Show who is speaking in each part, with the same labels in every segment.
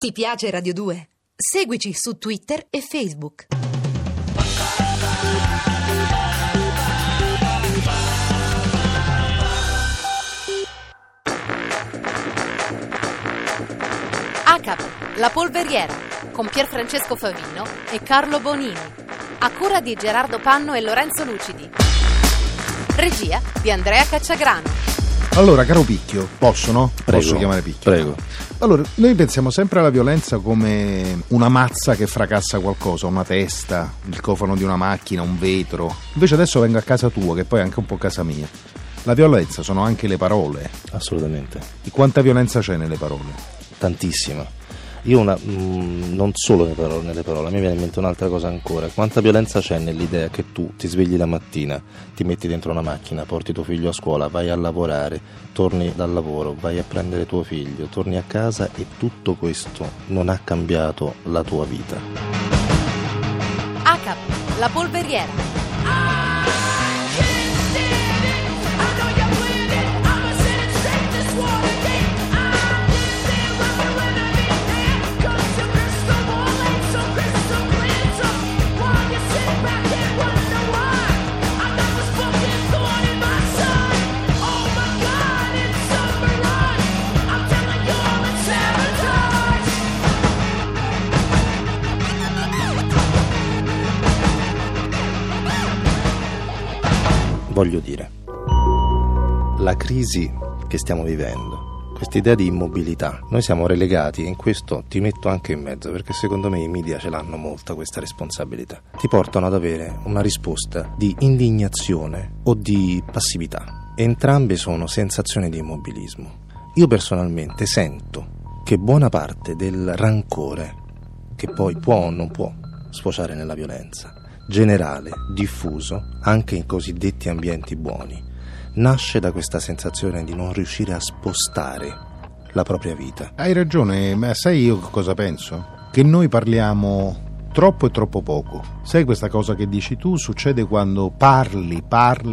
Speaker 1: Ti piace Radio 2? Seguici su Twitter e Facebook.
Speaker 2: ACAP, la polveriera, con Pierfrancesco Favino e Carlo Bonini. A cura di Gerardo Panno e Lorenzo Lucidi. Regia di Andrea Cacciagrano.
Speaker 3: Allora, caro Picchio, posso, no?
Speaker 4: Prego,
Speaker 3: posso chiamare Picchio?
Speaker 4: Prego.
Speaker 3: Allora, noi pensiamo sempre alla violenza come una mazza che fracassa qualcosa, una testa, il cofano di una macchina, un vetro. Invece adesso vengo a casa tua, che poi è anche un po' casa mia. La violenza sono anche le parole.
Speaker 4: Assolutamente.
Speaker 3: E quanta violenza c'è nelle parole?
Speaker 4: Tantissima. Io non solo nelle parole, a me viene in mente un'altra cosa ancora. Quanta violenza c'è nell'idea che tu ti svegli la mattina, ti metti dentro una macchina, porti tuo figlio a scuola, vai a lavorare, torni dal lavoro, vai a prendere tuo figlio, torni a casa e tutto questo non ha cambiato la tua vita.
Speaker 2: ACAP, la polveriera.
Speaker 4: Voglio dire, la crisi che stiamo vivendo, quest'idea di immobilità, noi siamo relegati, e in questo ti metto anche in mezzo, perché secondo me i media ce l'hanno molta questa responsabilità, ti portano ad avere una risposta di indignazione o di passività. Entrambe sono sensazioni di immobilismo. Io personalmente sento che buona parte del rancore, che poi può o non può sfociare nella violenza, generale, diffuso, anche in cosiddetti ambienti buoni, nasce da questa sensazione di non riuscire a spostare la propria vita.
Speaker 3: Hai ragione, ma sai io cosa penso? Che noi parliamo troppo e troppo poco. Sai questa cosa che dici tu succede quando parli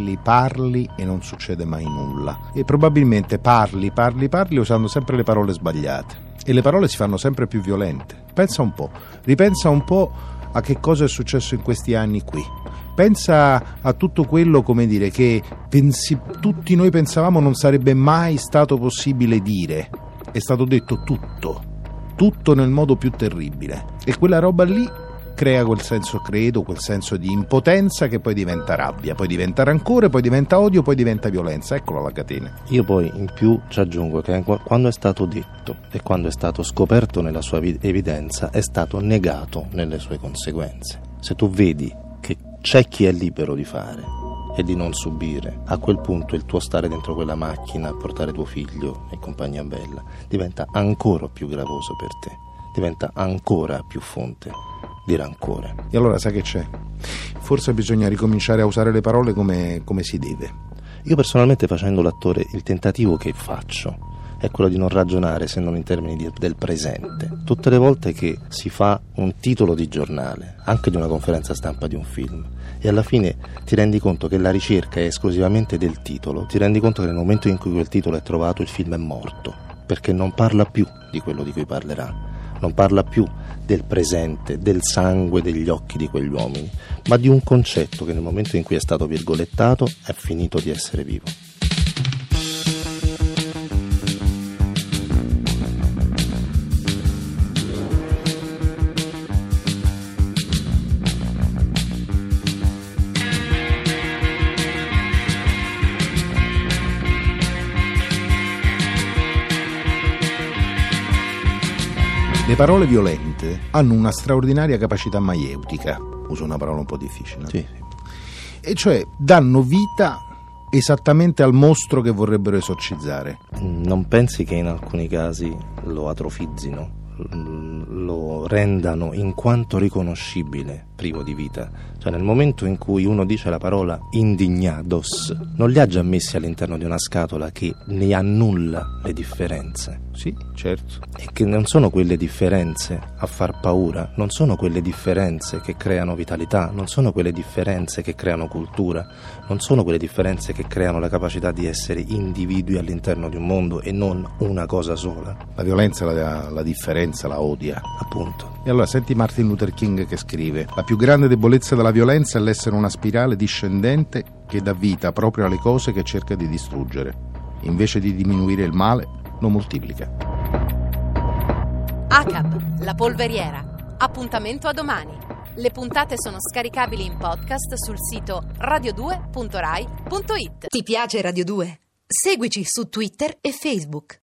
Speaker 3: e non succede mai nulla. E probabilmente parli usando sempre le parole sbagliate. E le parole si fanno sempre più violente. Pensa un po', ripensa un po' a che cosa è successo in questi anni qui. Pensa a tutto quello, come dire, che tutti noi pensavamo non sarebbe mai stato possibile dire. È stato detto tutto nel modo più terribile. E quella roba lì crea quel senso, credo, quel senso di impotenza che poi diventa rabbia, poi diventa rancore, poi diventa odio, poi diventa violenza. Eccola la catena.
Speaker 4: Io poi in più ci aggiungo che quando è stato detto e quando è stato scoperto nella sua evidenza è stato negato nelle sue conseguenze. Se tu vedi che c'è chi è libero di fare e di non subire, a quel punto il tuo stare dentro quella macchina a portare tuo figlio e compagnia bella diventa ancora più gravoso per te, diventa ancora più fonte di rancore.
Speaker 3: E allora sai che c'è? Forse bisogna ricominciare a usare le parole come si deve.
Speaker 4: Io personalmente, facendo l'attore, il tentativo che faccio è quello di non ragionare se non in termini del presente. Tutte le volte che si fa un titolo di giornale, anche di una conferenza stampa di un film, e alla fine ti rendi conto che la ricerca è esclusivamente del titolo, ti rendi conto che nel momento in cui quel titolo è trovato il film è morto, perché non parla più di quello di cui parlerà. Non parla più del presente, del sangue, degli occhi di quegli uomini, ma di un concetto che nel momento in cui è stato virgolettato è finito di essere vivo.
Speaker 3: Le parole violente hanno una straordinaria capacità maieutica, uso una parola un po' difficile,
Speaker 4: Sì.
Speaker 3: e cioè danno vita esattamente al mostro che vorrebbero esorcizzare.
Speaker 4: Non pensi che in alcuni casi lo atrofizzino, lo rendano in quanto riconoscibile privo di vita? Cioè nel momento in cui uno dice la parola indignados, non li ha già messi all'interno di una scatola che ne annulla le differenze.
Speaker 3: Sì, certo.
Speaker 4: E che non sono quelle differenze a far paura, non sono quelle differenze che creano vitalità, non sono quelle differenze che creano cultura, non sono quelle differenze che creano la capacità di essere individui all'interno di un mondo e non una cosa sola.
Speaker 3: La violenza, la differenza violenza, la odia.
Speaker 4: Appunto.
Speaker 3: E allora senti Martin Luther King che scrive: la più grande debolezza della violenza è l'essere una spirale discendente che dà vita proprio alle cose che cerca di distruggere. Invece di diminuire il male, lo moltiplica.
Speaker 2: ACAB, la polveriera. Appuntamento a domani. Le puntate sono scaricabili in podcast sul sito radio2.rai.it.
Speaker 1: Ti piace Radio 2? Seguici su Twitter e Facebook.